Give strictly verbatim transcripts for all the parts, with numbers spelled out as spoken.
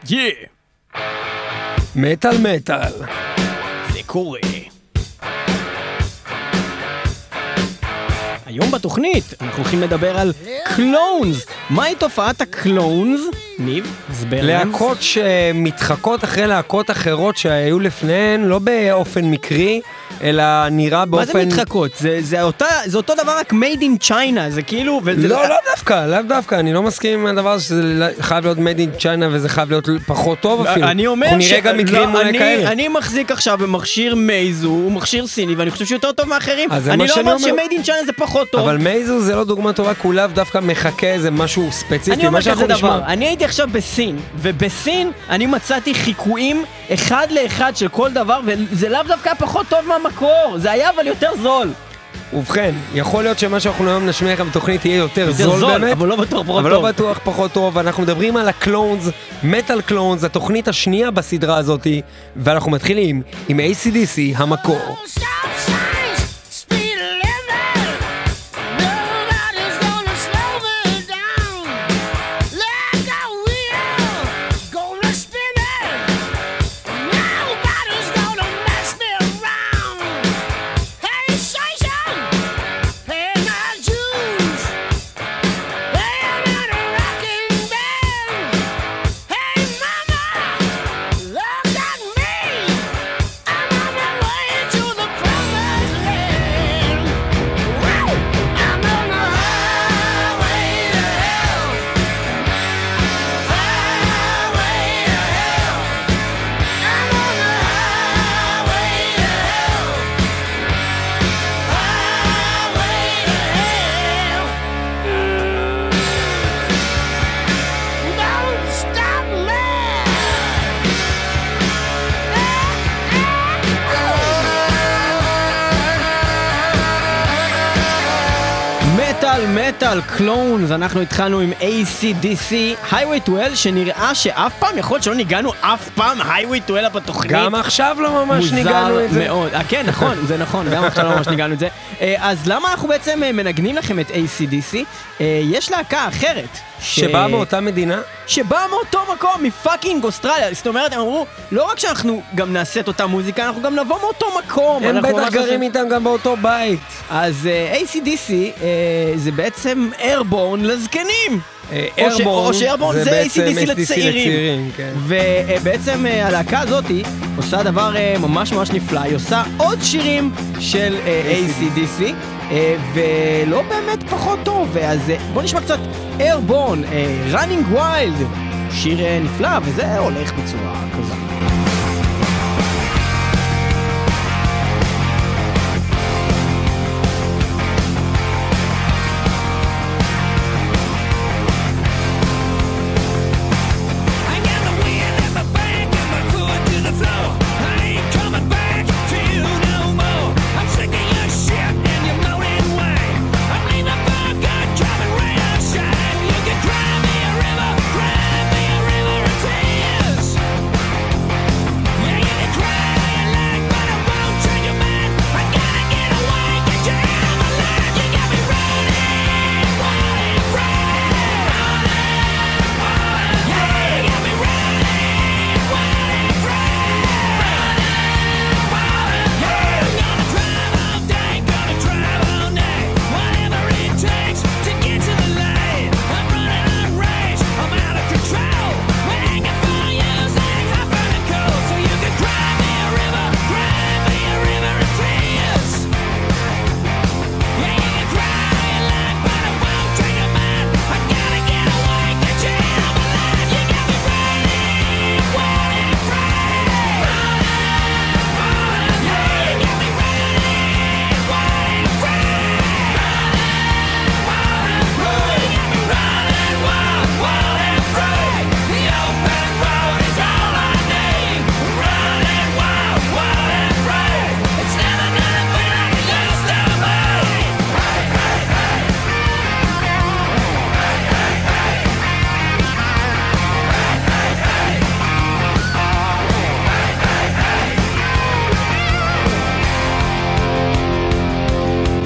יא! מטל מטל. זה קורה. היום בתוכנית אנחנו הולכים לדבר על קלונס. מהי תופעת הקלונס? ניב, הסבר להם. להקות שמתחקות אחרי להקות אחרות שהיו לפניהן, לא באופן מקרי, אלא נראה באופן... מה זה מתחקות? זה, זה, אותה, זה אותו דבר רק made in China, זה כאילו... וזה לא, לא דווקא, לא דווקא, אני לא מסכים עם הדבר שזה חייב להיות made in China וזה חייב להיות פחות טוב אפילו. אני אומר אנחנו נראה גם מקרים לא, אולי אני, כאלה. אני מחזיק עכשיו במכשיר מייזו, הוא מכשיר סיני, ואני חושב שהוא יותר טוב מאחרים. אני לא אומר אומר... ש-made in China זה פחות טוב. אבל מייזו זה לא דוגמה טובה, כולב דווקא מחכה איזה משהו ספציפי. אני אומר כזה דבר, נשמע... אני הייתי עכשיו בסין, ובסין אני מצאתי חיקויים אחד לאחד של כל דבר, וזה לאו דווקא פחות טוב מהמקור, זה היה אבל יותר זול. ובכן, יכול להיות שמה שאנחנו היום נשמיע לכם בתוכנית יהיה יותר, יותר זול, זול באמת, אבל לא בטוח פחות אבל טוב. לא בטוח פחות טוב. אנחנו מדברים על הקלונס, מטל קלונס, התוכנית השנייה בסדרה הזאת, ואנחנו מתחילים עם איי סי די סי, המקור. מטל קלונס, אנחנו התחלנו עם איי סי די סי, Highway to Hell, שנראה שאף פעם, יכול להיות שלא ניגענו אף פעם Highway to Hell בתוכנית. גם עכשיו לא ממש ניגענו את זה. מוזר מאוד, כן נכון, זה נכון, גם עכשיו לא ממש ניגענו את זה. אז למה אנחנו בעצם מנגנים לכם את איי סי די סי? יש להקה אחרת. שבאה מאותה מדינה? שבאה מאותו מקום, מפאקינג אוסטרליה. זאת אומרת, הם אמרו, לא רק שאנחנו גם נעשה את אותה מוזיקה, אנחנו גם נבוא מאותו מקום. הם בטח גרים איתם גם באותו בית. אז איי סי די סי זה בעצם איירבורן לזקנים. איירבורן או שאיירבורן זה איי סי די סי לצעירים. ובעצם הלהקה הזאת עושה דבר ממש ממש נפלא. היא עושה עוד שירים של איי סי די סי. ולא באמת פחות טוב. אז בוא נשמע קצת איירבורן, Running Wild, שיר נפלא, וזה הולך בצורה כזאת.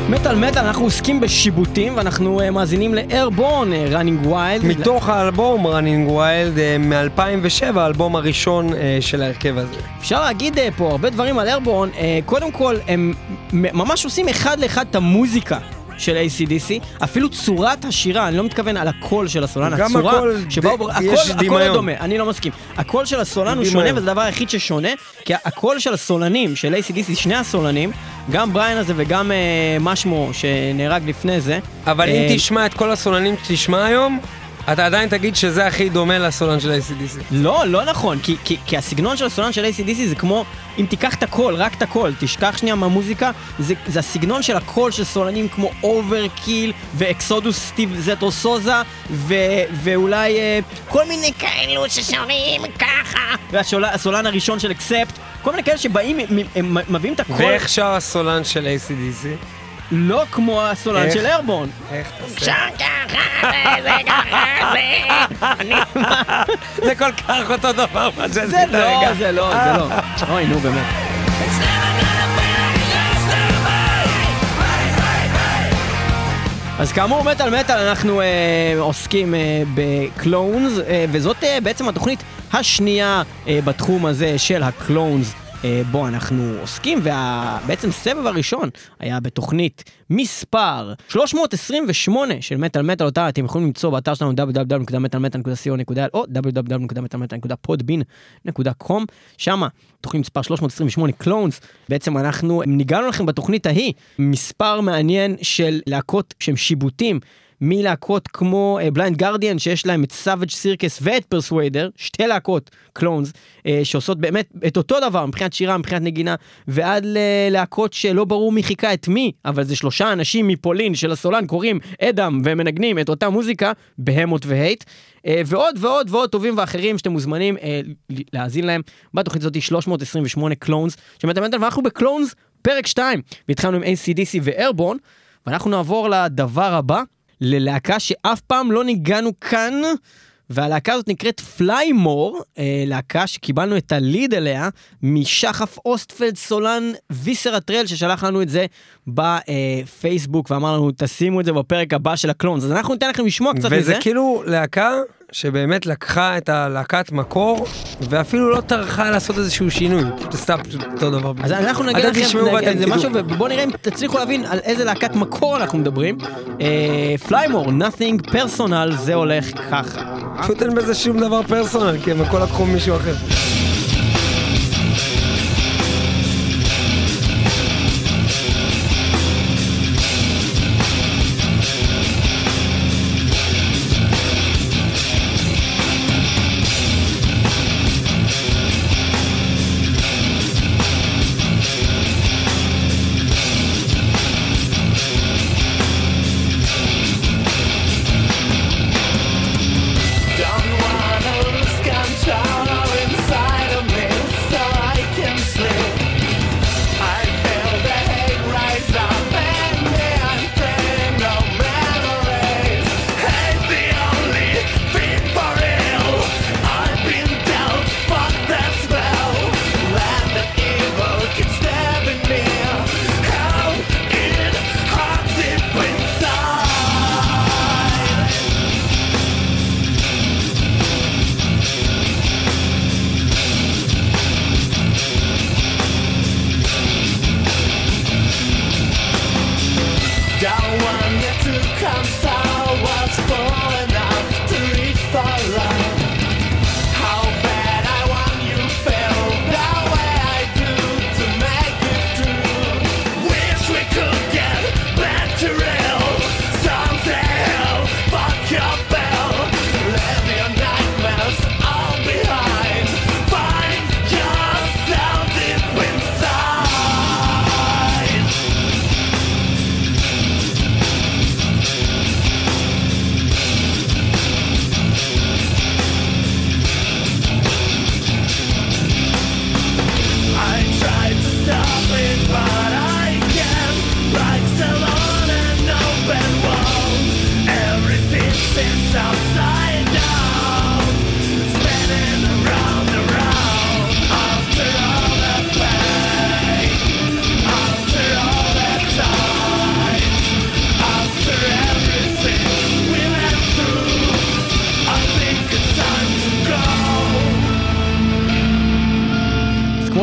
מטל מטל, אנחנו עוסקים בשיבוטים ואנחנו uh, מאזינים ל-Airborne, uh, Running Wild. מתוך האלבום Running Wild uh, מ-אלפיים ושבע, האלבום הראשון uh, של ההרכב הזה. אפשר להגיד uh, פה הרבה דברים על Airborne, uh, קודם כל הם ממש עושים אחד לאחד את המוזיקה של איי סי די סי, אפילו צורת השירה, אני לא מתכוון על הקול של הסולן, הצורה שבה הוא... הכל לא דומה, אני לא מסכים. הקול של הסולן הוא שונה, וזה הדבר היחיד ששונה, כי הקול של הסולנים, של איי סי די סי, שני הסולנים, גם בריין הזה וגם משמו שנהרג לפני זה. אבל אם תשמע את כל הסולנים שתשמע היום, אתה עדיין תגיד שזה הכי דומה לסולן של איי סי די סי. לא, לא נכון, כי, כי, כי הסגנון של הסולן של איי סי די סי זה כמו, אם תיקח את הקול, רק את הקול, תשכח שנייה מהמוזיקה, זה, זה הסגנון של הקול של סולנים כמו אוברקיל ואקסודוס סטיב זטרו סוזה, ו, ואולי אה, כל מיני כאלו ששרים ככה, והסולן הראשון של אקספט, כל מיני כאלה שבאים, הם מביאים את הקול. ואיך שר הסולן של איי סי די סי? לא כמו הסולן של איירבורן. איך תעשה? שר ככה, זה ככה, זה... זה כל כך אותו דבר. זה לא, זה לא, זה לא. אוי, נו, באמת. אז כאמור, מטל מטל, אנחנו עוסקים בקלונס, וזאת בעצם התוכנית השנייה בתחום הזה של הקלונס. בו אנחנו עוסקים, ובעצם סבב הראשון היה בתוכנית מספר שלוש מאות עשרים ושמונה של מטל מטל, אותה אתם יכולים למצוא באתר שלנו דאבליו דאבליו דאבליו נקודה מטל מטל נקודה סי או נקודה איי אל או דאבליו דאבליו דאבליו נקודה מטל מטל נקודה פודבין נקודה קום. שמה תוכנית מספר שלוש מאות עשרים ושמונה קלונס. בעצם אנחנו ניגענו לכם בתוכנית ההיא מספר מעניין של להקות שהם שיבוטים מלהקות כמו בליינד גרדיאן, שיש להם את סאבג' סירקס ואת פרסוויידר, שתי להקות קלונס, שעושות באמת את אותו דבר מבחינת שירה, מבחינת נגינה, ועד ללהקות שלא ברור מי חיכה את מי, אבל זה שלושה אנשים מפולין של הסולן קוראים אדם, והם מנגנים את אותה מוזיקה, בהמות והייט, ועוד ועוד ועוד טובים ואחרים שאתם מוזמנים להאזין להם בתוכנית הזאת שלוש מאות עשרים ושמונה קלונס, שמתאמנת, ואנחנו בקלונס פרק שתיים, והתחלנו עם איי סי די סי ואיירבורן, ואנחנו נעבור לדבר הבא, ללהקה שאף פעם לא ניגענו כאן, והלהקה הזאת נקראת פליימור, להקה שקיבלנו את הליד אליה, משחף אוסטפלד סולן ויסרטרל, ששלח לנו את זה בפייסבוק, ואמר לנו, תשימו את זה בפרק הבא של הקלונס, אז אנחנו ניתן לכם לשמוע קצת מזה. וזה כאילו להקה שבאמת לקחה את הלהקת מקור, ואפילו לא טרחה לעשות איזשהו שינוי, סתם אותו דבר. אז אנחנו נגיד לכם, זה משהו, ובואו נראה אם תצליחו להבין על איזה להקת מקור אנחנו מדברים. פליימור, nothing personal, זה הולך ככה. פשוט אין בזה שום דבר פרסונל, כי הם הכל לקחו מישהו אחר.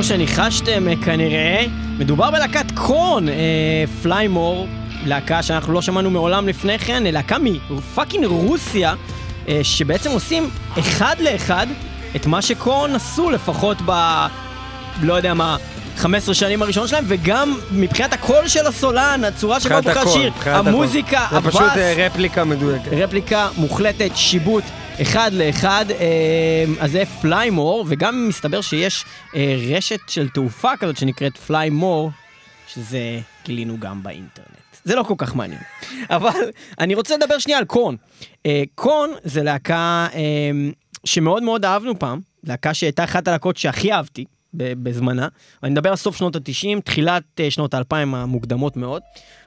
שניחשתם כנראה, מדובר בלהקת קורן, פליימור, להקה שאנחנו לא שמענו מעולם לפני כן, להקה מפאקינג רוסיה, שבעצם עושים אחד לאחד את מה שקורן עשו לפחות ב... לא יודע מה, חמש עשרה שנים הראשון שלהם, וגם מבחינת הקול של הסולן, הצורה שבה הוא בוחר שיר, המוזיקה, הבאס. זה פשוט רפליקה מדויקת. רפליקה מוחלטת, שיבוט, אחד לאחד, אז זה פליימור, וגם מסתבר שיש רשת של תעופה כזאת שנקראת פליימור, שזה גילינו גם באינטרנט. זה לא כל כך מעניין. אבל אני רוצה לדבר שנייה על קורן. קורן זה להקה שמאוד מאוד אהבנו פעם, להקה שהייתה אחת הלהקות שהכי אהבתי בזמנה. אני מדבר על סוף שנות ה-תשעים, תחילת שנות ה-אלפיים המוקדמות מאוד.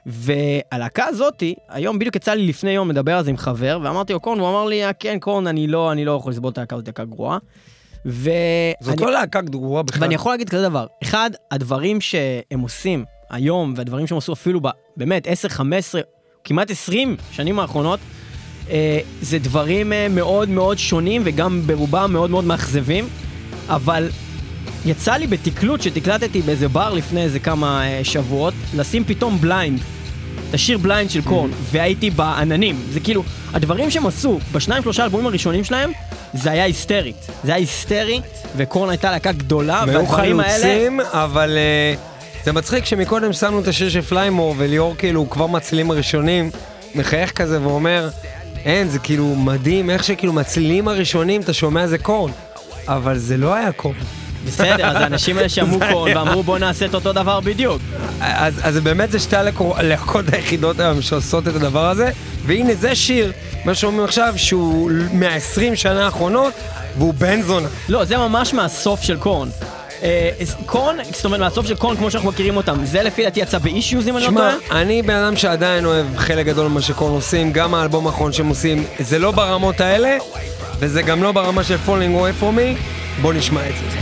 והלהקה הזאת, היום בדיוק יצא לי לפני יום לדבר על זה עם חבר, ואמרתי לו קורן, הוא אמר לי, כן, קורן, אני לא, אני לא יכול לסבול את הלהקה הזאת, להקה גרועה. ו... זאת לא להקה גרועה בכלל. ואני יכול להגיד כזה דבר, אחד, הדברים שהם עושים היום, והדברים שהם עשו אפילו ב, באמת, עשר, חמש עשרה, כמעט עשרים שנים האחרונות, אה, זה דברים אה, מאוד מאוד שונים, וגם ברובם מאוד מאוד מאכזבים, אבל יצא לי בתקלות שתקלטתי באיזה בר לפני איזה כמה אה, שבועות, לשים פתאום בליינד, את השיר בליינד של קורן, והייתי בעננים. זה כאילו, הדברים שהם עשו בשניים שלושה אלבומים הראשונים שלהם, זה היה היסטרי. זה היה היסטרי, וקורן הייתה להקה גדולה, והדברים האלה... חלוצים, אבל uh, זה מצחיק שמקודם שמנו את השיר של פליימור, וליאור כאילו כבר מצלילים הראשונים, מחייך כזה ואומר, אין, זה כאילו מדהים, איך שכאילו מצלילים הראשונים, אתה שומע זה קורן, אבל זה לא היה קורן. בסדר, אז האנשים האלה שמעו קורן ואמרו בוא נעשה את אותו דבר בדיוק. אז, אז באמת זה שתי הלהקות היחידות היום שעושות את הדבר הזה, והנה זה שיר, מה שאומרים עכשיו, שהוא מה-עשרים שנה האחרונות, והוא בן זונה. לא, זה ממש מהסוף של קורן. קורן, זאת אומרת, מהסוף של קורן כמו שאנחנו מכירים אותם, זה לפי דעתי יצא באישיוז אם אני לא טועה? שמע, אני בן אדם שעדיין אוהב חלק גדול ממה שקורן עושים, גם האלבום האחרון שהם עושים, זה לא ברמות האלה, וזה גם לא ברמה של Falling Away From Me, בוא נשמע את זה.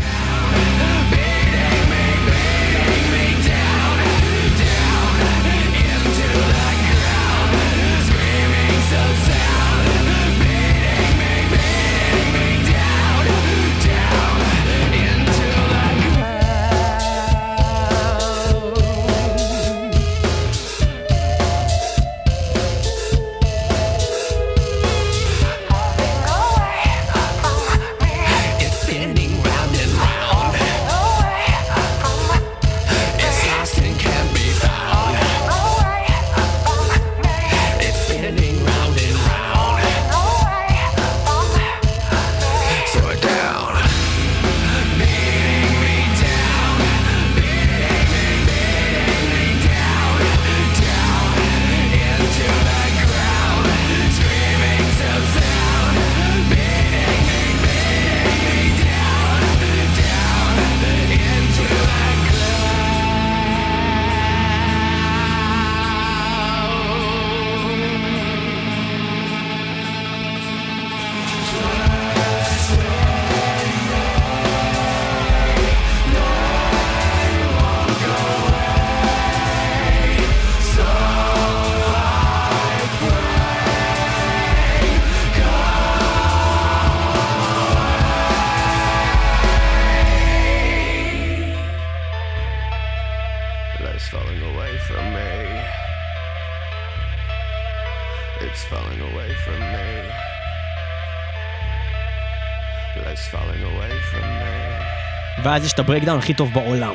ואז יש את הברקדאון הכי טוב בעולם.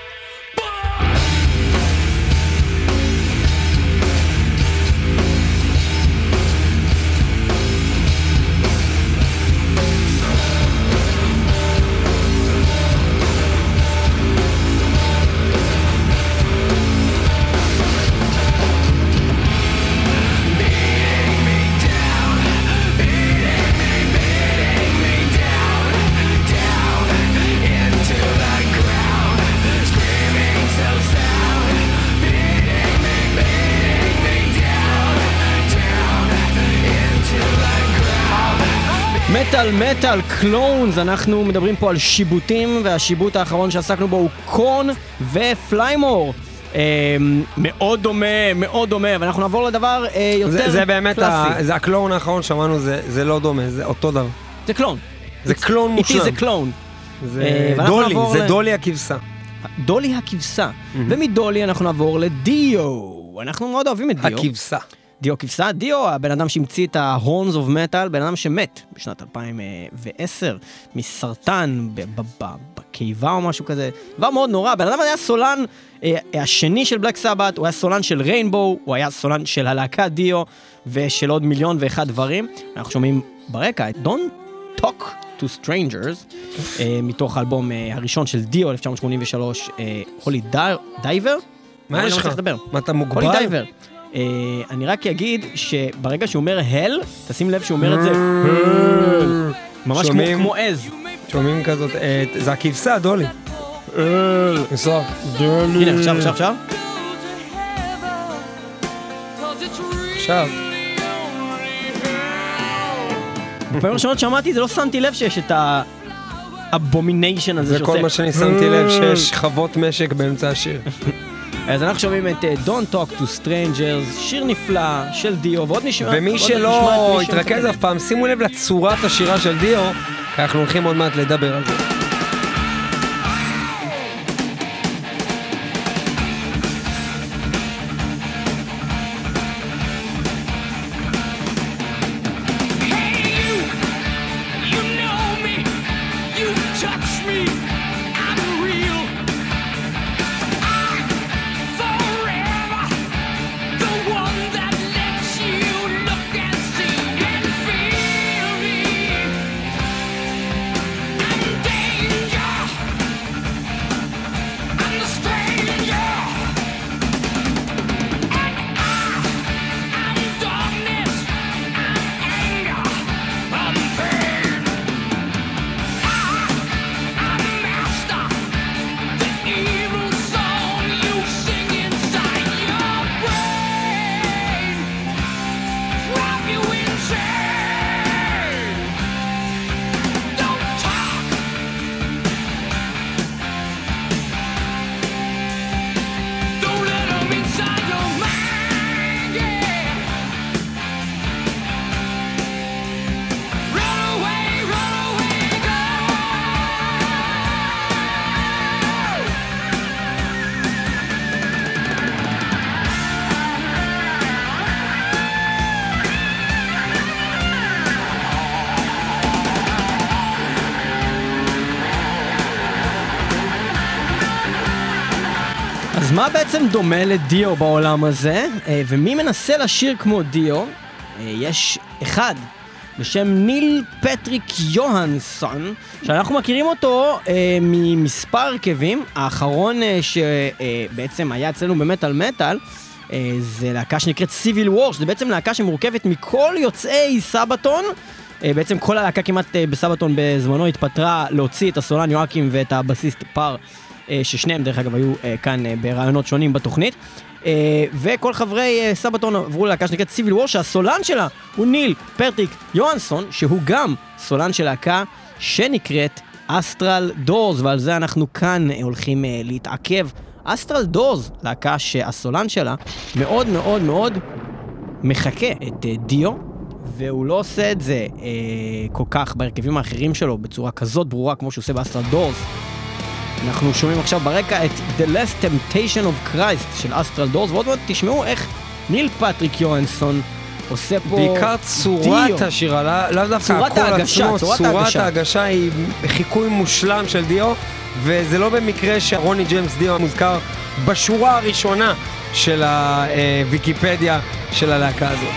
מטל מטל קלונס, אנחנו מדברים פה על שיבוטים, והשיבוט האחרון שעסקנו בו הוא קורן ופליימור. מאוד דומה, מאוד דומה, ואנחנו נעבור לדבר יותר קלאסי. זה באמת, זה הקלון האחרון שמענו, זה לא דומה, זה אותו דבר. זה קלון. זה קלון מושלם. איתי זה קלון. זה דולי, זה דולי הכבשה. דולי הכבשה. ומדולי אנחנו נעבור לדיו. אנחנו מאוד אוהבים את דיו. הכבשה. דיו כבשה. דיו, הבן אדם שהמציא את ה-Horns of Metal, בן אדם שמת בשנת אלפיים ועשר, מסרטן בקיבה או משהו כזה. דבר מאוד נורא. בן אדם היה סולן השני של בלק סבת, הוא היה סולן של ריינבו, הוא היה סולן של הלהקה דיו, ושל עוד מיליון ואחד דברים. אנחנו שומעים ברקע את Don't Talk to Strangers, uh, מתוך האלבום uh, הראשון של דיו, אלף תשע מאות שמונים ושלוש, הולי דייבר. מה יש לך? מה אתה מוגבל? הולי דייבר. Uh, אני רק אגיד שברגע שהוא אומר הל, תשים לב שהוא אומר את זה הל. ממש כמו, כמו עז. שומעים כזאת, uh, זה הכבשה, דולי. הל. נסוע. דולי. הנה, עכשיו, עכשיו, עכשיו. עכשיו. בפעמים ראשונות שמעתי, זה לא שמתי לב שיש את האבומיניישן הזה שעושה. זה כל מה שאני שמתי לב, שיש חוות משק באמצע השיר. אז אנחנו שומעים את Don't Talk to Strangers, שיר נפלא של דיו, ועוד נשמע... ומי שלא יתרכז אף פעם, שימו לב לצורת השירה של דיו, כי אנחנו הולכים עוד מעט לדבר על זה. אז מה בעצם דומה לדיו בעולם הזה? ומי מנסה לשיר כמו דיו? יש אחד בשם ניל פטריק יוהנסון, שאנחנו מכירים אותו אה, ממספר הרכבים. האחרון אה, שבעצם היה אצלנו במטל מטל, אה, זה להקה שנקראת סיביל וור, שזה בעצם להקה שמורכבת מכל יוצאי סבתון. אה, בעצם כל הלהקה כמעט אה, בסבתון בזמנו התפטרה להוציא את הסולן יואקים ואת הבסיסט פאר, אה, ששניהם דרך אגב היו אה, כאן אה, ברעיונות שונים בתוכנית. Uh, וכל חברי uh, סבתון עברו ללהקה שנקראת סיביל וור, שהסולן שלה הוא ניל פטריק יוהנסון, שהוא גם סולן של להקה שנקראת אסטרל דורס, ועל זה אנחנו כאן uh, הולכים uh, להתעכב. אסטרל דורס, להקה שהסולן שלה מאוד מאוד מאוד מחכה את uh, דיו, והוא לא עושה את זה uh, כל כך בהרכבים האחרים שלו בצורה כזאת ברורה כמו שהוא עושה באסטרל דורס. אנחנו שומעים עכשיו ברקע את The Last Temptation of Christ של אסטרל דורס, ועוד מעט תשמעו איך ניל פטריק יוהנסון עושה פה בעיקר צורת דיו. השירה, לא דווקא הכל עצמו, צורת, צורת ההגשה היא חיקוי מושלם של דיו, וזה לא במקרה שרוני ג'יימס דיו מוזכר בשורה הראשונה של הוויקיפדיה של הלהקה הזאת.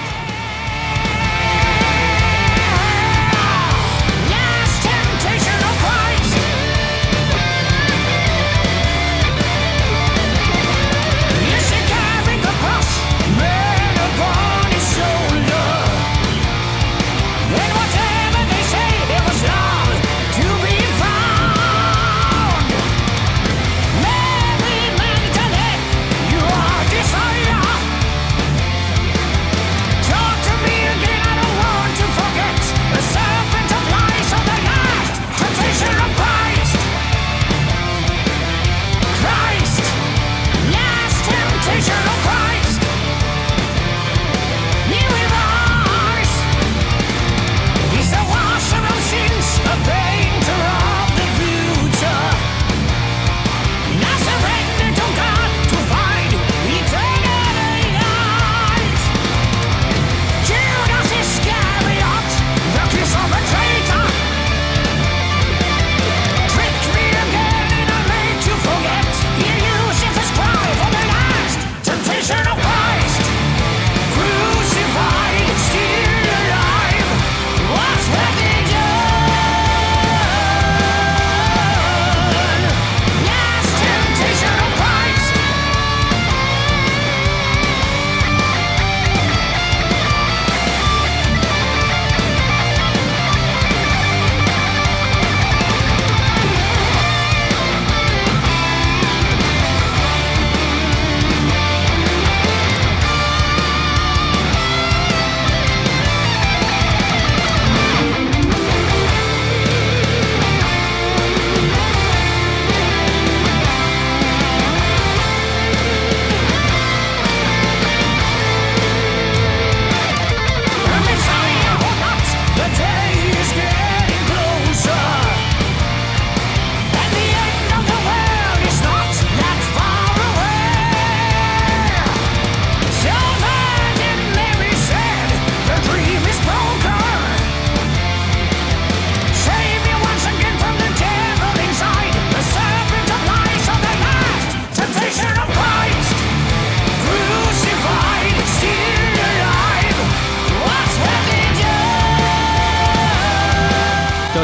Try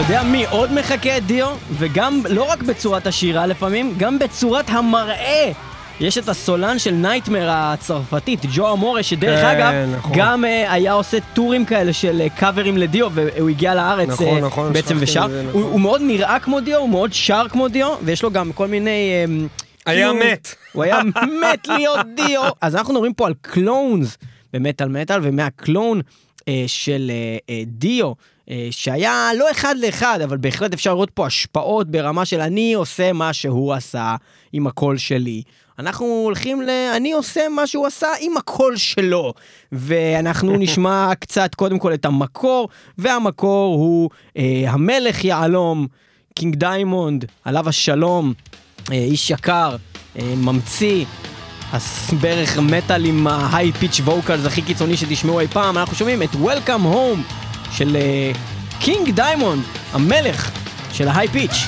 יודע מי עוד מחכה את דיו? וגם לא רק בצורת השירה לפעמים, גם בצורת המראה. יש את הסולן של נייטמר הצרפתית, ג'ו אמורה, שדרך כן, אגב, נכון. גם uh, היה עושה טורים כאלה של uh, קאברים לדיו, והוא הגיע לארץ נכון, uh, נכון, בעצם ושר. זה, הוא, נכון. הוא מאוד נראה כמו דיו, הוא מאוד שר כמו דיו, ויש לו גם כל מיני... Um, היה כאילו, מת. הוא היה מת להיות דיו. אז אנחנו מדברים פה על קלונס במטל מטל, ומהקלון uh, של uh, uh, דיו, uh, שהיה לא אחד לאחד, אבל בהחלט אפשר לראות פה השפעות ברמה של אני עושה מה שהוא עשה עם הקול שלי. אנחנו הולכים ל... אני עושה מה שהוא עשה עם הקול שלו. ואנחנו נשמע קצת קודם כל את המקור, והמקור הוא אה, המלך יעלום, קינג דיימונד, עליו השלום, אה, איש יקר, אה, ממציא, בערך מטל עם ההיי פיץ' ווקלס הכי קיצוני שתשמעו אי פעם. אנחנו שומעים את Welcome Home של אה, קינג דיימונד, המלך של ההיי פיץ'.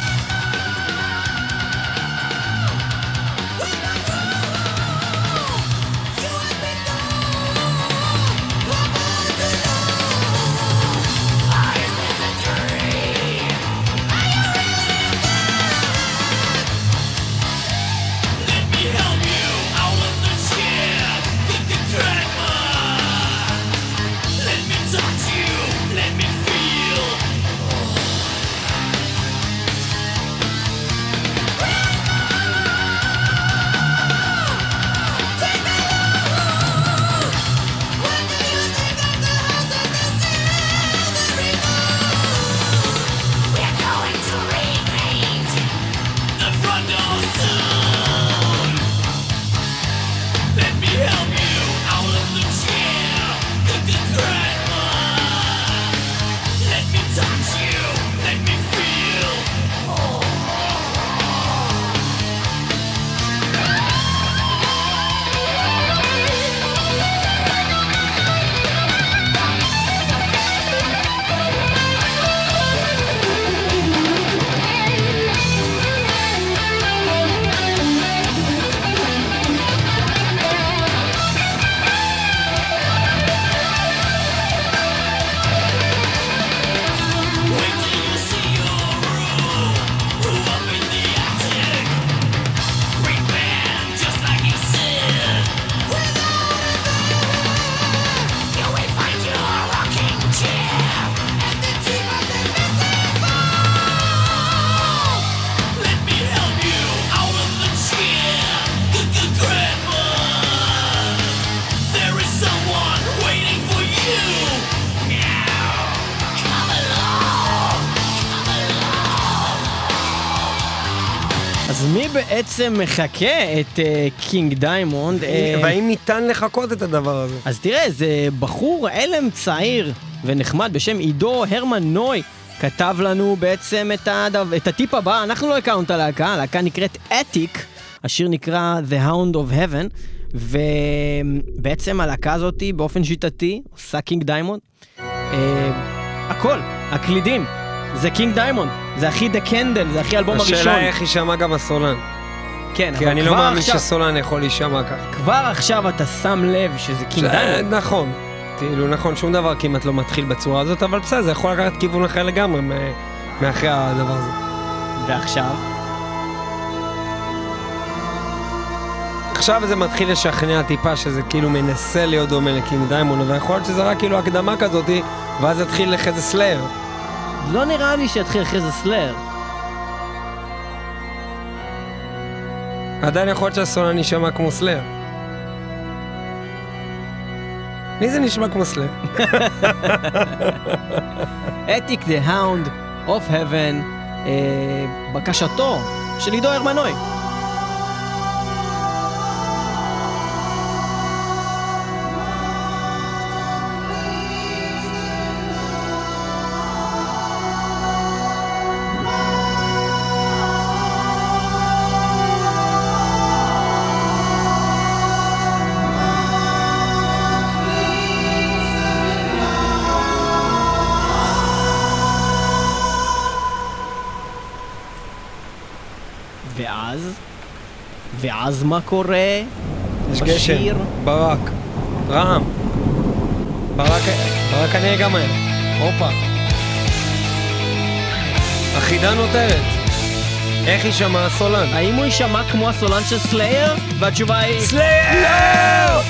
מי בעצם מחכה את קינג uh, דיימונד? והאם uh, ניתן לחכות את הדבר הזה? אז תראה, זה בחור אלם צעיר ונחמד בשם עידו הרמן נוי, כתב לנו בעצם את, הדו, את הטיפ הבא. אנחנו לא הכרנו את הלהקה, הלהקה נקראת אתיק, השיר נקרא The Hound of Heaven, ובעצם הלהקה הזאת באופן שיטתי עושה קינג דיימונד. uh, הכל, הקלידים, זה קינג דיימונד, זה הכי דה קנדל, זה הכי אלבום הראשון. השאלה איך יישמע גם הסולן. כן, כי אני לא מאמין שסולן יכול להישמע ככה. כבר עכשיו אתה שם לב שזה קינג דיימונד. נכון, כאילו נכון, שום דבר כמעט לא מתחיל בצורה הזאת, אבל בסדר, זה יכול לקחת כיוון אחר לגמרי מאחרי הדבר הזה. ועכשיו? עכשיו זה מתחיל לשכנע טיפה שזה כאילו מנסה להיות דומה לקינג דיימונד, ויכול להיות שזה רק כאילו הקדמה כזאת, ואז יתחיל לך איזה סלאר. לא נראה לי שיתחיל אחרי זה סלאר. עדיין יכול להיות שהסולן נשמע כמו סלאר. מי זה נשמע כמו סלאר? אתיק the Hound of Heaven, אה, בקשתו של עידו הרמנוי. ואז, ואז מה קורה? יש גשם, ברק, רעם, ברק, ברק אני גם היה, הופה. החידה נותרת. איך יישמע הסולן? האם הוא יישמע כמו הסולן של סלייר? והתשובה היא... סלייר!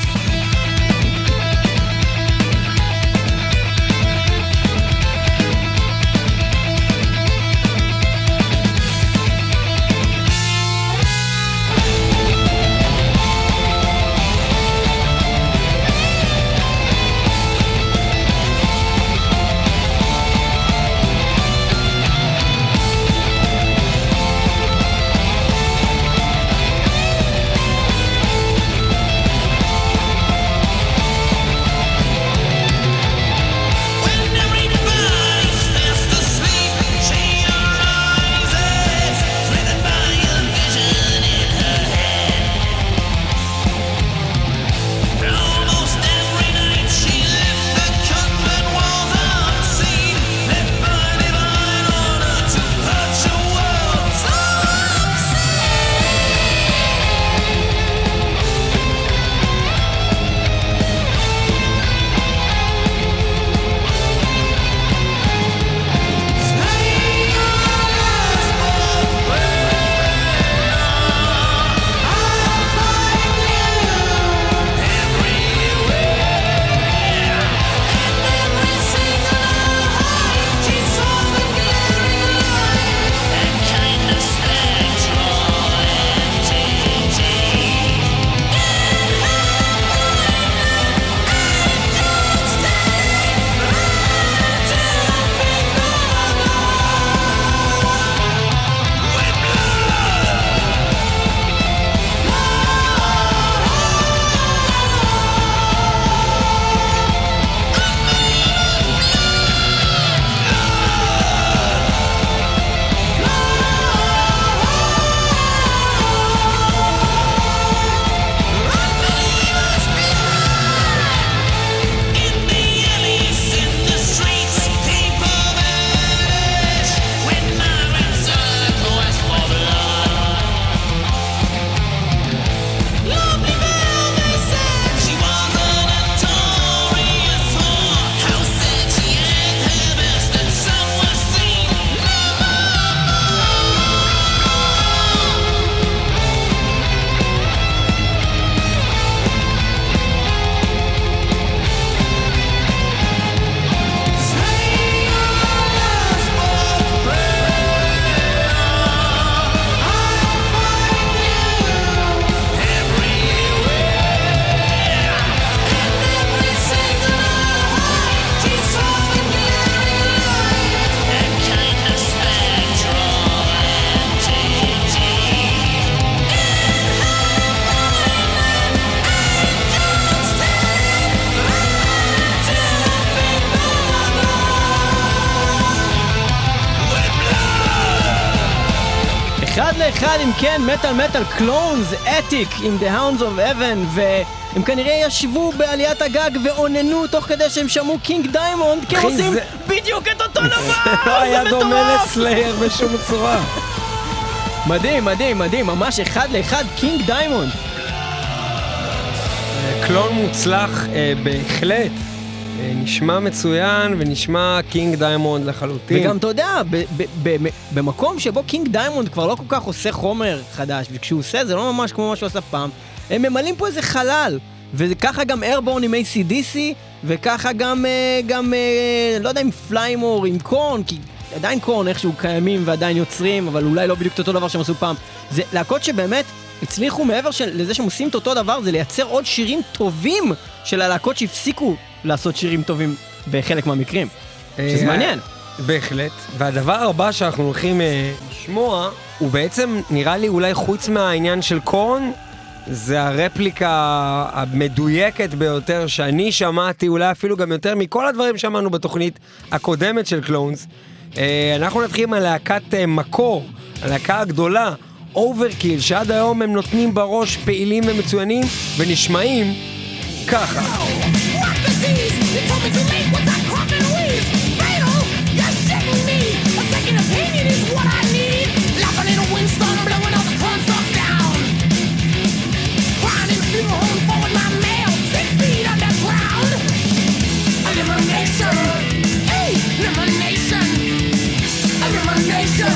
אחד לאחד, אם כן, מטל מטל קלונס, אתיק עם The Hounds of Heaven, והם כנראה ישבו בעליית הגג ועוננו תוך כדי שהם שמעו קינג דיימונד, כי הם עושים זה... בדיוק את אותו דבר. זה לא היה דומה לסלייר בשום צורה. מדהים, מדהים, מדהים, ממש אחד לאחד קינג דיימונד. קלון מוצלח אה, בהחלט. נשמע מצוין ונשמע קינג דיימונד לחלוטין. וגם אתה יודע, ב- ב- ב- במקום שבו קינג דיימונד כבר לא כל כך עושה חומר חדש, וכשהוא עושה זה לא ממש כמו מה שהוא עשה פעם, הם ממלאים פה איזה חלל, וככה גם איירבורן עם איי סי די סי, וככה גם, גם לא יודע, עם פליימור, עם קורן, כי עדיין קורן איכשהו קיימים ועדיין יוצרים, אבל אולי לא בדיוק אותו דבר שהם עשו פעם. זה להקות שבאמת הצליחו מעבר של, לזה שהם עושים את אותו דבר, זה לייצר עוד שירים טובים של הלהקות שהפסיקו לעשות שירים טובים בחלק מהמקרים, שזה מעניין. בהחלט, והדבר הבא שאנחנו הולכים לשמוע, הוא בעצם נראה לי אולי חוץ מהעניין של קורן, זה הרפליקה המדויקת ביותר שאני שמעתי, אולי אפילו גם יותר מכל הדברים שמענו בתוכנית הקודמת של קלונס. אנחנו נתחיל עם הלהקת מקור, הלהקה הגדולה, אוברקיל, שעד היום הם נותנים בראש פעילים ומצוינים ונשמעים ככה. Elimination,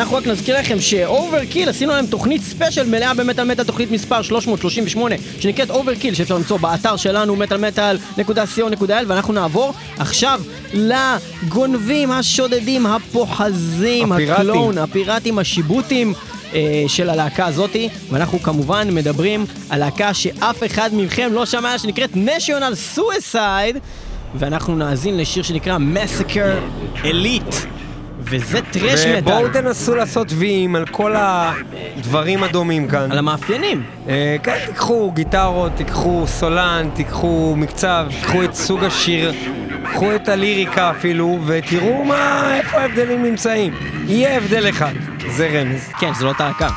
אנחנו רק נזכיר לכם שאוברקיל, עשינו להם תוכנית ספיישל מלאה במטל מטל, תוכנית מספר שלוש מאות שלושים ושמונה, שנקראת אוברקיל, שאפשר למצוא באתר שלנו מטל מטל נקודה סי או נקודה איי אל, ואנחנו נעבור עכשיו לגונבים, השודדים, הפוחזים, הקלון, הפיראטים, השיבוטים של הלהקה הזאת, ואנחנו כמובן מדברים על להקה שאף אחד מכם לא שמע, שנקראת National Suicide, ואנחנו נאזין לשיר שנקרא Massacre Elite, וזה טרש מטל. ובואו תנסו לעשות ויים על כל הדברים הדומים כאן. על המאפיינים. כן, תיקחו גיטרות, תיקחו סולן, תיקחו מקצב, תיקחו את סוג השיר, תיקחו את הליריקה אפילו, ותראו מה, איפה ההבדלים נמצאים. יהיה הבדל אחד, זה רמז. כן, זה לא תעקה.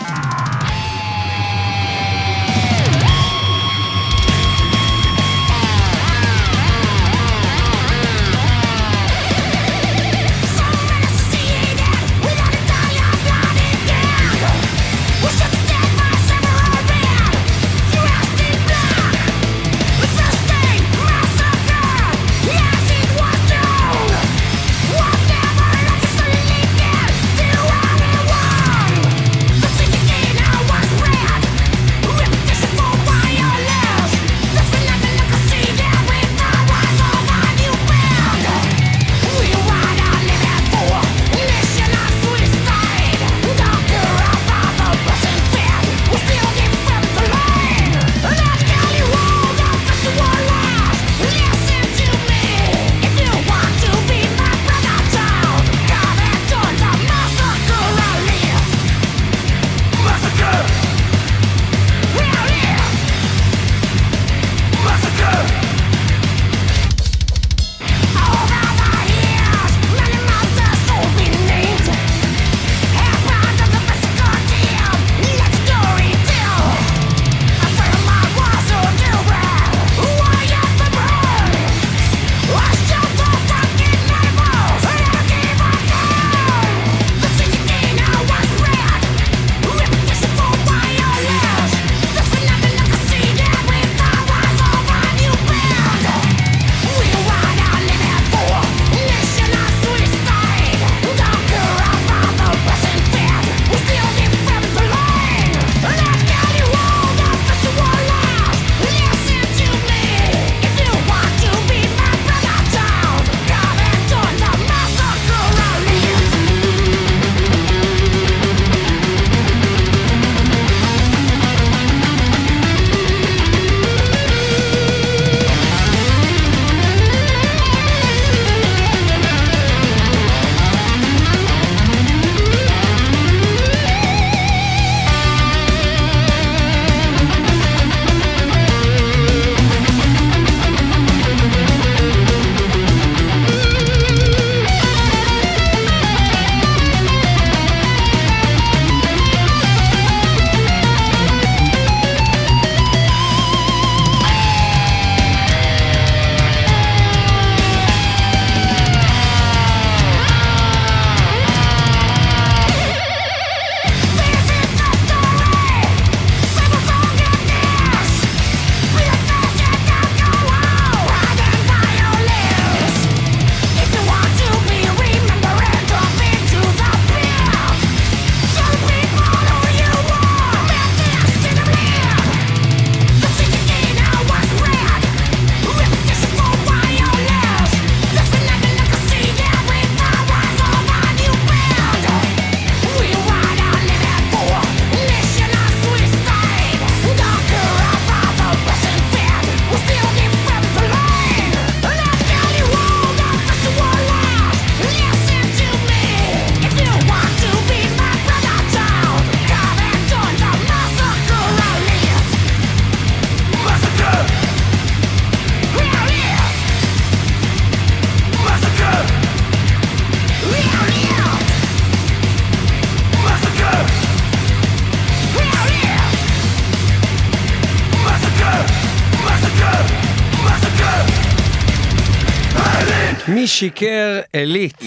מי שיקר אליט.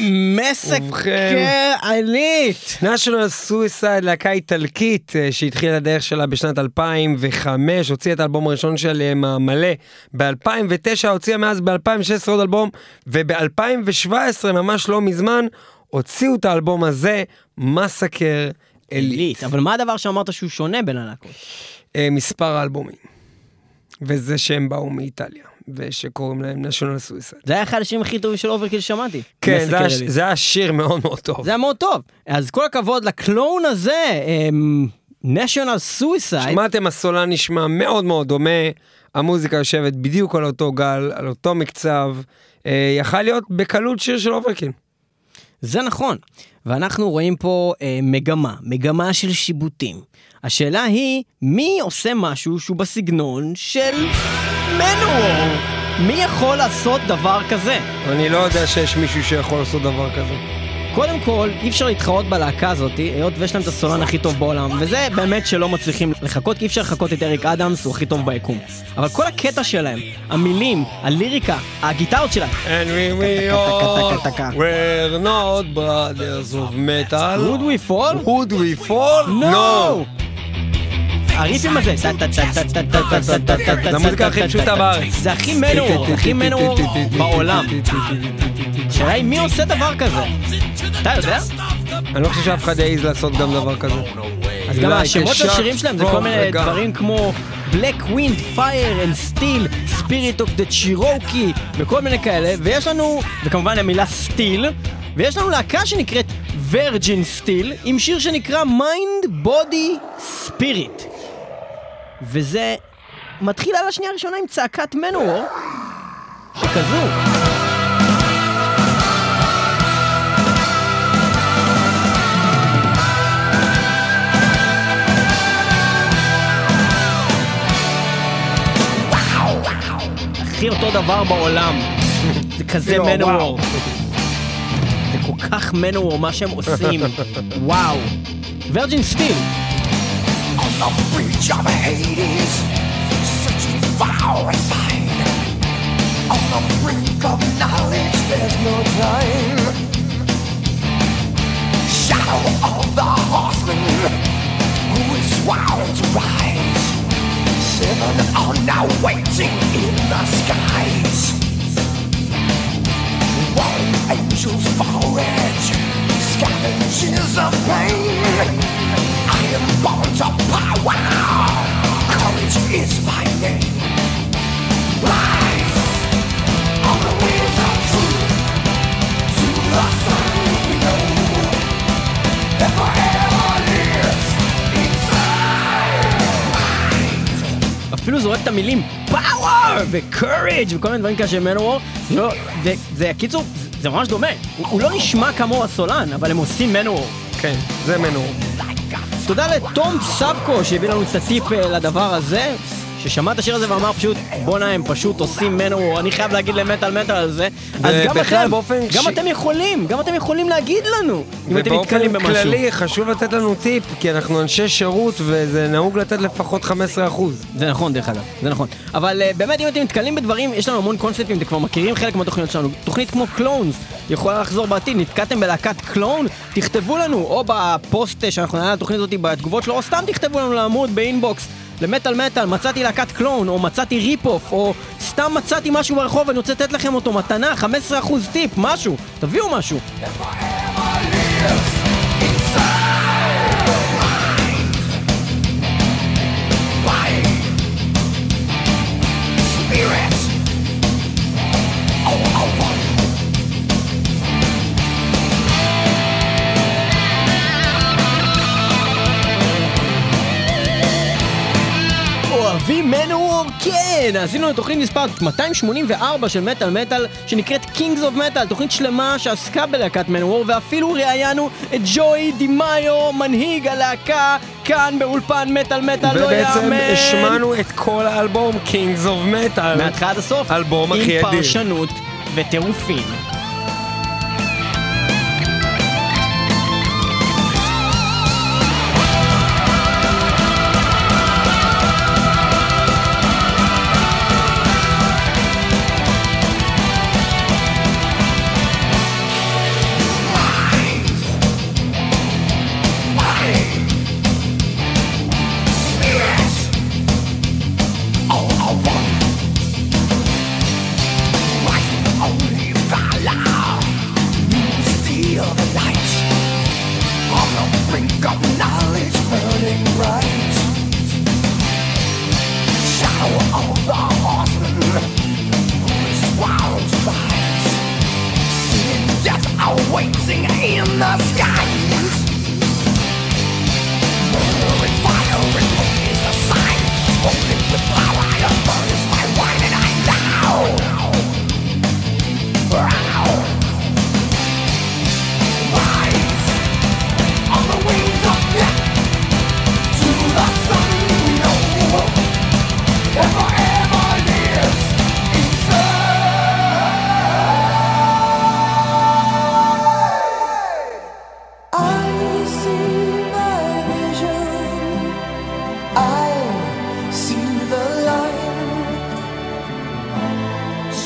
מסקר אליט. National Suicide, להקה איטלקית שהתחילה הדרך שלה בשנת אלפיים וחמש, הוציאה את האלבום הראשון שלהם המלא ב-אלפיים ותשע, הוציאה מאז ב-אלפיים ושש עשרה עוד אלבום, וב-אלפיים שבע עשרה ממש לא מזמן הוציאו את האלבום הזה, מסקר אליט. אבל מה הדבר שאמרת שהוא שונה בין הלהקות? מספר האלבומים. וזה שהם באו מאיטליה, ושקוראים להם national suicide. זה היה אחד השירים הכי טובים של אוברקיל ששמעתי. כן, זה היה שיר מאוד מאוד טוב. זה היה מאוד טוב. אז כל הכבוד לקלון הזה, national suicide. שמעתם, הסולן נשמע מאוד מאוד דומה, המוזיקה יושבת בדיוק על אותו גל, על אותו מקצב, יכל להיות בקלות שיר של אוברקיל. זה נכון, ואנחנו רואים פה אה, מגמה, מגמה של שיבוטים. השאלה היא, מי עושה משהו שהוא בסגנון של מנוור? מי יכול לעשות דבר כזה? אני לא יודע שיש מישהו שיכול לעשות דבר כזה. קודם כל, אי אפשר להתחרות בלהקה הזאת, היות ויש להם את הסולן הכי טוב בעולם, וזה באמת שלא מצליחים לחכות, כי אי אפשר לחכות את אריק אדמס, הוא הכי טוב ביקום. אבל כל הקטע שלהם, המילים, הליריקה, הגיטרות שלהם. And we, we all were not brothers of metal. Would we fall? Would we fall? No! הריפים הזה, זה המוזיקה הכי פשוטה בארץ. זה הכי מנוור, הכי מנוור בעולם. שאלה היא מי עושה דבר כזה? אתה יודע? אני לא חושב שאף אחד יעיז לעשות גם דבר כזה. אז גם השמות של השירים שלהם זה כל מיני דברים כמו Black Wind, Fire and Steel, Spirit of the Cherokee וכל מיני כאלה, ויש לנו, וכמובן המילה Steel, ויש לנו להקה שנקראת Virgin Steel עם שיר שנקרא Mind, Body, Spirit, וזה מתחיל על השנייה הראשונה עם צעקת מנוור שכזו. הכי אותו דבר בעולם. זה כזה מנוור. זה כל כך מנוור מה שהם עושים. וואו. וירג'ין סטיל. On the bridge of Hades, searching for a sign. On the brink of knowledge, there's no time. Shadow of the horseman, who is sworn to rise. Seven are now waiting in the skies. One angel's forage, scavengers of pain. I am born to power. Courage is my name. Rise on the wings of truth to the sun we know that forever lives inside. אפילו זורק את המילים power ו-courage וכל מיני דברים כאלה של מנוור. זה קיצור, זה ממש דומה. הוא לא נשמע כמו הסולן, אבל הם עושים מנוור. כן, זה מנוור. תודה לתום סבקו שהביא לנו את הטיפ לדבר הזה, ששמע את השיר הזה ואמר פשוט, בונה, הם פשוט עושים מנוור, אני חייב להגיד למטל מטל על זה. אז גם אתם, גם אתם יכולים, גם אתם יכולים להגיד לנו, אם אתם מתקלים במשהו. ובאופן כללי חשוב לתת לנו טיפ, כי אנחנו אנשי שירות וזה נהוג לתת לפחות חמישה עשר אחוז. זה נכון דרך אגב, זה נכון. אבל באמת אם אתם מתקלים בדברים, יש לנו המון קונספטים, אתם כבר מכירים חלק מהתוכניות שלנו. תוכנית כמו קלונס יכולה לחזור בעתיד, נתקעתם בלהקת קלון, תכתבו לנו, או בפוסט שאנחנו נעלה לתוכנית הזאת בתגובות שלו, או סתם תכתבו לנו לעמוד באינבוקס, למטל מטל, מצאתי להקת קלון, או מצאתי ריפ-אוף, או סתם מצאתי משהו ברחוב, ואני רוצה לתת לכם אותו מתנה, חמישה עשר אחוז טיפ, משהו, תביאו משהו. אוהבים מנוור? כן! עשינו לתוכנית מספר מאתיים שמונים וארבע של מטל מטל שנקראת Kings of Metal, תוכנית שלמה שעסקה בלהקת מנוור, ואפילו ראיינו את ג'וי דימאיו, מנהיג הלהקה, כאן באולפן מטל מטל, לא יאמן. ובעצם השמענו את כל האלבום Kings of Metal מהתחילת הסוף, אלבום הכי אדיר, עם פרשנות וטירופים.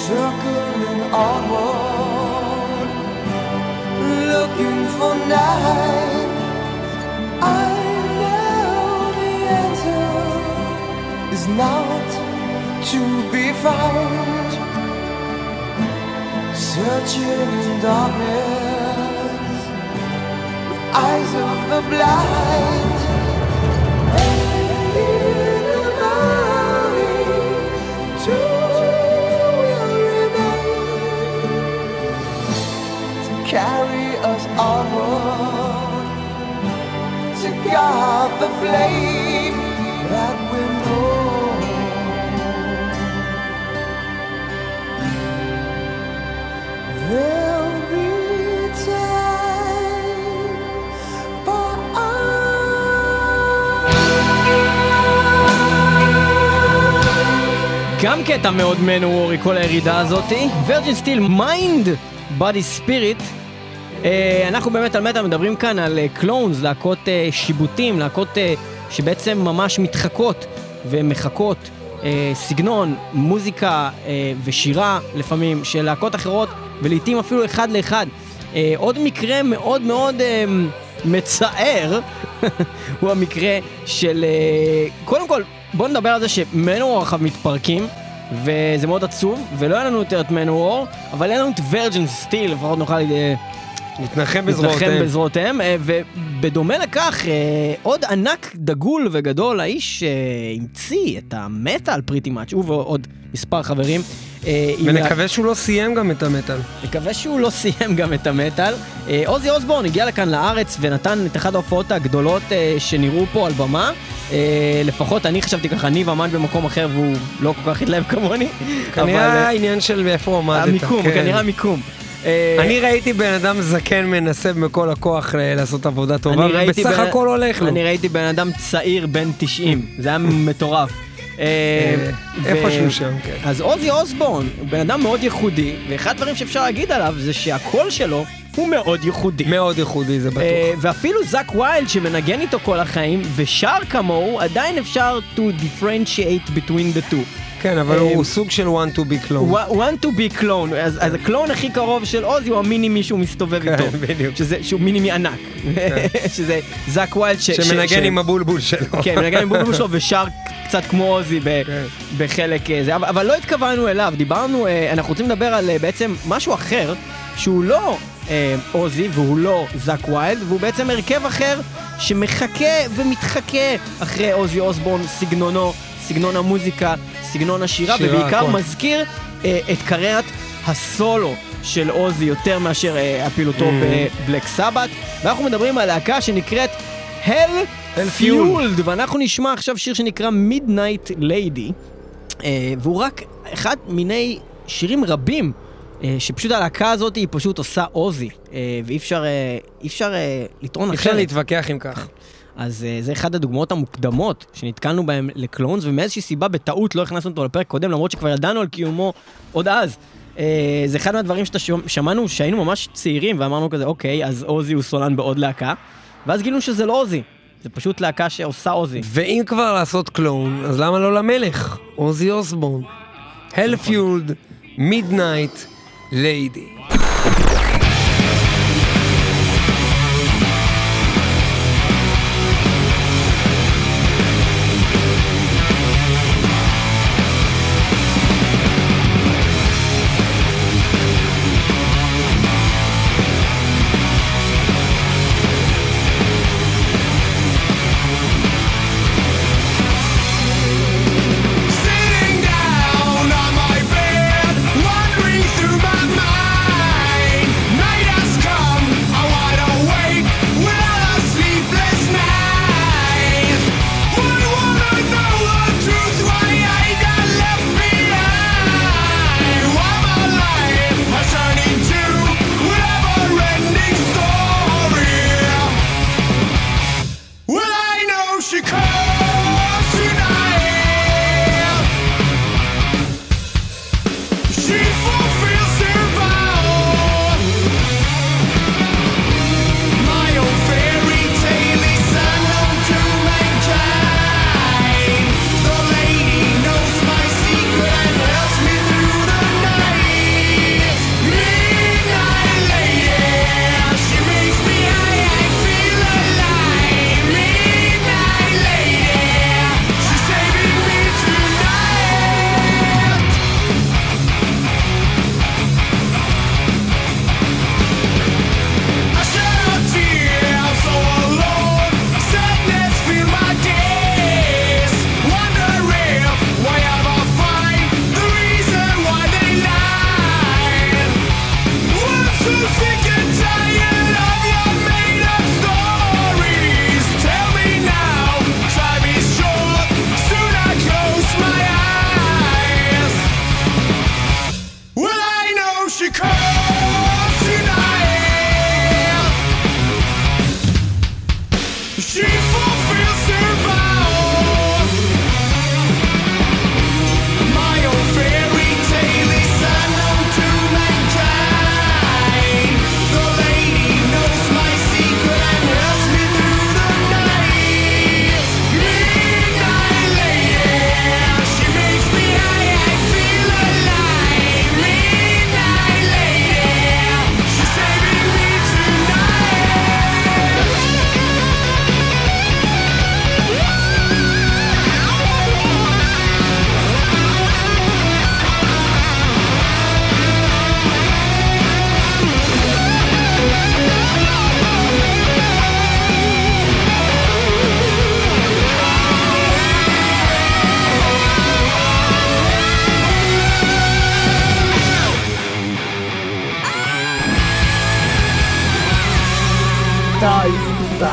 circling onward, looking for night. I know the answer is not to be found, searching in darkness with eyes of the blind. And in the morning, two will remain to carry us onward, to guard the flame that we know. There'll be time for us. גם קטע מאוד מנוורי כל הירידה הזאתי. וירג'ין סטיל, מיינד, בודי ספיריט. אנחנו באמת על מטה מדברים כאן על קלונס, להקות שיבוטים, להקות שבעצם ממש מתחקות ומחקות סגנון, מוזיקה ושירה לפעמים של להקות אחרות, ולעיתים אפילו אחד לאחד. עוד מקרה מאוד מאוד מצער הוא המקרה של, קודם כל בוא נדבר על זה שמנוור עכשיו מתפרקים, וזה מאוד עצוב, ולא היה לנו יותר את מנוור, אבל היה לנו את וירג'ין סטיל, לפחות נוכל להתנחם בזרועותיהם. בזרועותיהם, ובדומה לכך, עוד ענק דגול וגדול, האיש המציא את המטל פריטי מאץ', הוא ועוד מספר חברים. ונקווה שהוא לא סיים גם את המטל. נקווה שהוא לא סיים גם את המטל. עוזי אוסבורן הגיע לכאן לארץ ונתן את אחת ההופעות הגדולות שנראו פה על במה. לפחות אני חשבתי ככה, אני ועמד במקום אחר והוא לא כל כך התלהב כמוני. כנראה העניין של איפה עמדת. המיקום, כנראה המיקום. אני ראיתי בן אדם זקן מנסה בכל הכוח לעשות עבודה טובה, ובסך הכל הולך לו. אני ראיתי בן אדם צעיר בן תשעים, זה היה מטורף. איפשהו שם, כן. אז עוזי אוסבורן הוא בן אדם מאוד ייחודי, ואחד הדברים שאפשר להגיד עליו זה שהקול שלו הוא מאוד ייחודי. מאוד ייחודי, זה בטוח. ואפילו זאק ויילד שמנגן איתו כל החיים ושר כמוהו, עדיין אפשר to differentiate between the two. כן, אבל הוא סוג של one to be clone. one to be clone. אז הקלון הכי קרוב של עוזי הוא המינימי שהוא מסתובב איתו. שהוא מינימי ענק. שזה זאק ויילד שמנגן עם הבולבול שלו. כן, מנגן עם הבולבול שלו ושר קצת כמו עוזי בחלק זה. אבל לא התכוונו אליו, דיברנו, אנחנו רוצים לדבר על בעצם משהו אחר, שהוא לא עוזי והוא לא זאק ויילד, והוא בעצם הרכב אחר שמחכה ומתחכה אחרי עוזי אוסבורן, סגנונו, סגנון המוזיקה, סגנון השירה, שירה, ובעיקר כל. מזכיר אה, את קריירת הסולו של עוזי יותר מאשר אה, הפעילותו mm-hmm. בבלק סבת. ואנחנו מדברים על להקה שנקראת Hell Fueled, ואנחנו נשמע עכשיו שיר שנקרא Midnight Lady, אה, והוא רק אחד מיני שירים רבים אה, שפשוט הלהקה הזאת היא פשוט עושה עוזי, אה, ואי אפשר, אה, אי אפשר אה, לטעון אחרת. אפשר להתווכח עם כך. אז uh, זה אחד הדוגמאות המוקדמות שנתקלנו בהם לקלונס, ומאיזושהי סיבה בטעות לא הכנסנו אותו לפרק קודם, למרות שכבר ידענו על קיומו עוד אז. Uh, זה אחד מהדברים ששמענו שהיינו ממש צעירים, ואמרנו כזה, אוקיי, אז עוזי הוא סולן בעוד להקה, ואז גילינו שזה לא עוזי, זה פשוט להקה שעושה עוזי. ואם כבר לעשות קלון, אז למה לא למלך? עוזי אוסבורן. Hell Fueled, Midnight Lady. Sitting down on my bed, wandering through my mind.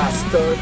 bastard.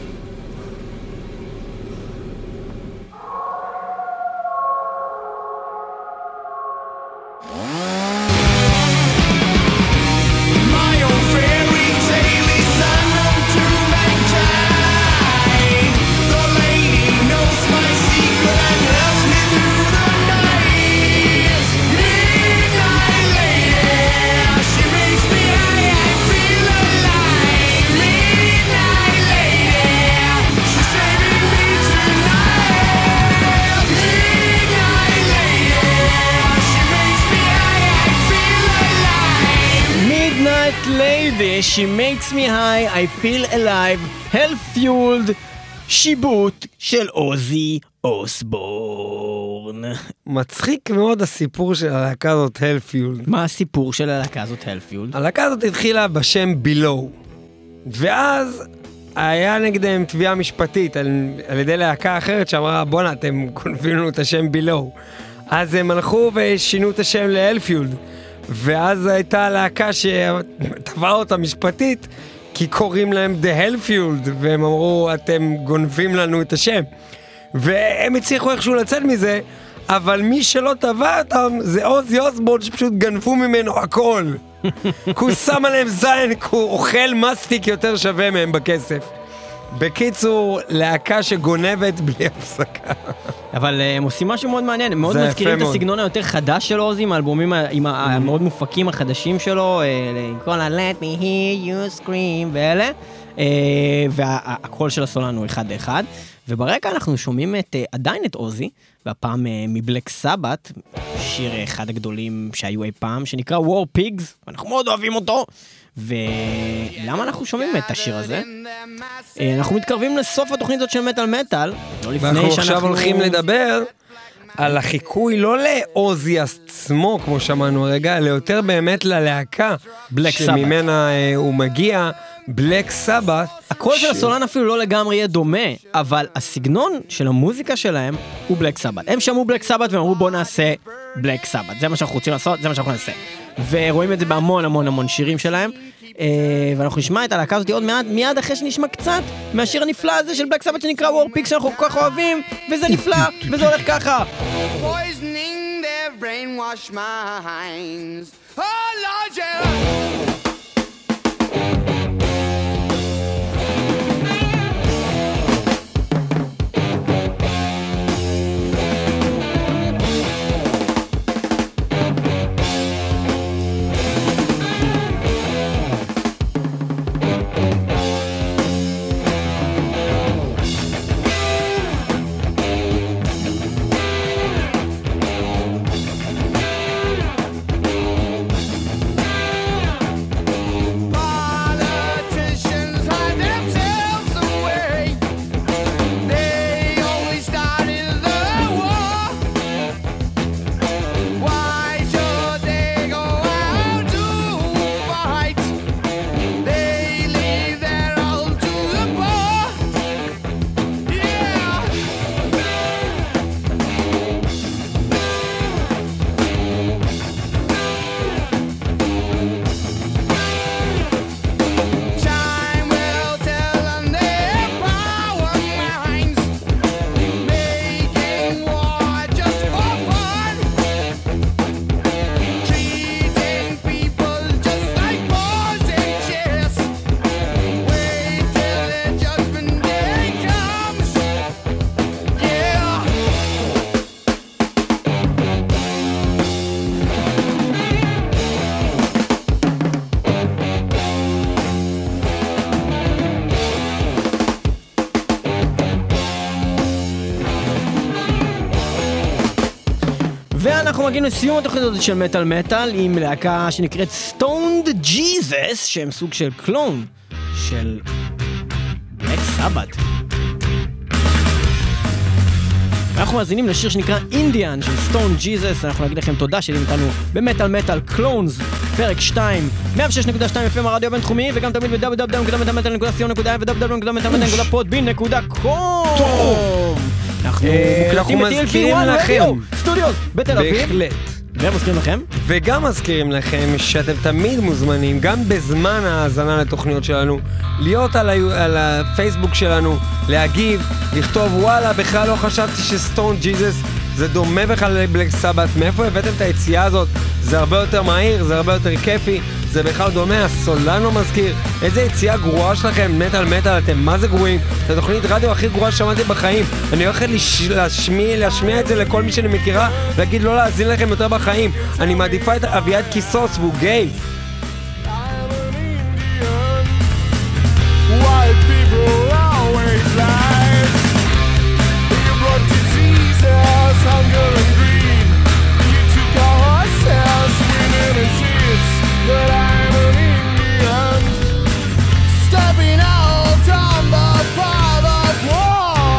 She makes me high, I feel alive, hell fueled, שיבוט של עוזי אוסבורן. מצחיק מאוד הסיפור של הלהקה הזאת, hell fueled. מה הסיפור של הלהקה הזאת, hell fueled? הלהקה הזאת התחילה בשם below, ואז היה נגדם תביעה משפטית על, על ידי להקה אחרת שאמרה, בונה, אתם גונבים לנו את השם below. אז הם הלכו ושינו את השם ל-hell fueled. ואז הייתה להקה שטבעה אותה משפטית, כי קוראים להם The Hellfield, והם אמרו, אתם גונבים לנו את השם. והם הצליחו איכשהו לצאת מזה, אבל מי שלא טבע אותם זה עוזי אוסבורן, שפשוט גנבו ממנו הכל. כי הוא שם עליהם זין, כי הוא אוכל מסטיק יותר שווה מהם בכסף. בקיצור, להקה שגונבת בלי הפסקה. אבל הם עושים משהו מאוד מעניין, הם מאוד מזכירים את הסגנון היותר חדש של עוזי, עם האלבומים המאוד מופקים החדשים שלו, כל ה-Let me hear you scream ואלה, והקול של הסולן הוא אחד לאחד, וברקע אנחנו שומעים עדיין את עוזי, והפעם מבלק סבת, שיר אחד הגדולים שהיו אי פעם, שנקרא War Pigs, ואנחנו מאוד אוהבים אותו, ולמה אנחנו שומעים את השיר הזה? אנחנו מתקרבים לסוף התוכנית הזאת של מטל מטל, לא לפני שאנחנו... ואנחנו עכשיו הולכים לדבר על החיקוי, לא לעוזי עצמו, כמו שמענו הרגע, אלא יותר באמת ללהקה, שממנה הוא מגיע, בלק סבת. הקול של הסולן אפילו לא לגמרי יהיה דומה, אבל הסגנון של המוזיקה שלהם הוא בלק סבת. הם שמעו בלק סבת והם אמרו בוא נעשה בלק סבת, זה מה שאנחנו רוצים לעשות, זה מה שאנחנו נעשה. ורואים את זה בהמון המון המון שירים שלהם, ואנחנו נשמע את הלהקה הזאת עוד מעט, מיד אחרי שנשמע קצת מהשיר הנפלא הזה של בלק סבת שנקרא War Pigs, שאנחנו כל כך אוהבים, וזה נפלא, וזה הולך ככה. Poisoning their brainwashed minds. Oh Lord, yeah. ואנחנו מגיעים לסיום התוכנית הזאת של מטל מטל עם להקה שנקראת Stoned Jesus, שהם סוג של קלון של בלק סבת. אנחנו מאזינים לשיר שנקרא אינדיאן של Stoned Jesus. אנחנו נגיד לכם תודה שהייתם איתנו במטל מטל קלונס פרק שתיים מאה ושש נקודה שתיים אף אם הרדיו הבינתחומי, וגם תמיד ב-דאבליו דאבליו דאבליו נקודה מטל נקודה סי או נקודה איי ו-דאבליו דאבליו דאבליו נקודה פודבין נקודה קום. אנחנו מוקלטים ב-טי אל פי וואן רדיו סטודיוס בתל אביב, בהחלט. ומזכירים לכם? וגם מזכירים לכם שאתם תמיד מוזמנים, גם בזמן ההאזנה לתוכניות שלנו, להיות על, ה- על הפייסבוק שלנו, להגיב, לכתוב וואלה, בכלל לא חשבתי שסטון ג'יזוס זה דומה בכלל לבלק סבת, מאיפה הבאתם את היציאה הזאת? זה הרבה יותר מהיר, זה הרבה יותר כיפי, זה בכלל דומה, הסולן לא מזכיר. איזה יציאה גרועה שלכם, מטל מטל, אתם מה זה גרועים? זה תוכנית רדיו הכי גרועה ששמעתי בחיים. אני הולכת לש... להשמיע, להשמיע את זה לכל מי שאני מכירה, להגיד לא להאזין לכם יותר בחיים. אני מעדיפה את אביעד כיסוס והוא גיי. White people always lie. You brought diseases, hunger and greed. You took our horses, women and seeds. But I'm an Indian, stepping out on the path of war.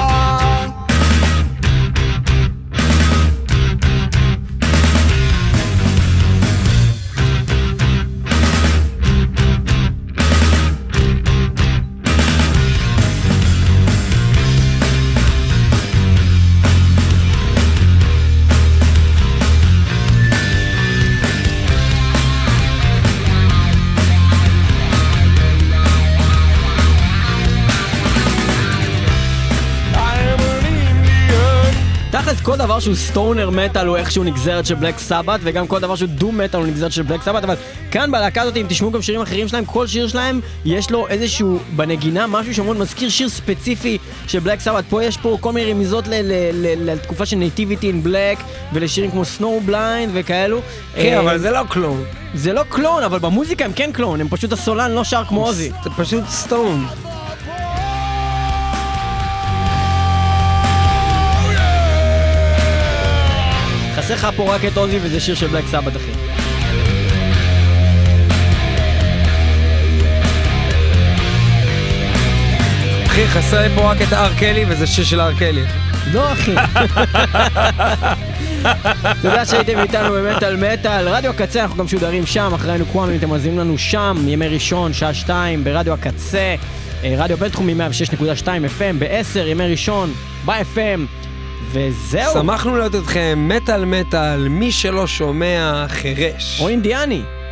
תכלס כל דבר שהוא סטונר מטל הוא איכשהו נגזרת של בלק סבת, וגם כל דבר שהוא דום מטל הוא נגזרת של בלק סבת, אבל כאן בלהקה הזאת, אם תשמעו גם שירים אחרים שלהם, כל שיר שלהם יש לו איזשהו בנגינה, משהו שמאוד מזכיר שיר ספציפי של בלק סבת. פה יש פה כל מיני רמיזות לתקופה של נייטיביטי אין בלק, ולשירים כמו סנואו בליינד וכאלו. כן, אבל זה לא קלון. זה לא קלון, אבל במוזיקה הם כן קלון, הם פשוט הסולן לא שר כמו עוזי. זה פשוט סטון. חסר לך פה רק את עוזי וזה שיר של בלק סבת, אחי. אחי, חסר לי פה רק את ארקלי וזה שיר של ארקלי. לא, אחי. תודה שהייתם איתנו במטל מטל. רדיו הקצה, אנחנו גם שודרים שם, אחרינו קוואם, אם אתם מזינים לנו שם, ימי ראשון, שעה שתיים, ברדיו הקצה, רדיו בינתחומי מאה ושש נקודה שתיים אף אם, בעשר, ימי ראשון, ב-אף אם. וזהו. שמחנו להיות אתכם, מטל מטל, מי שלא שומע חירש. או אינדיאני.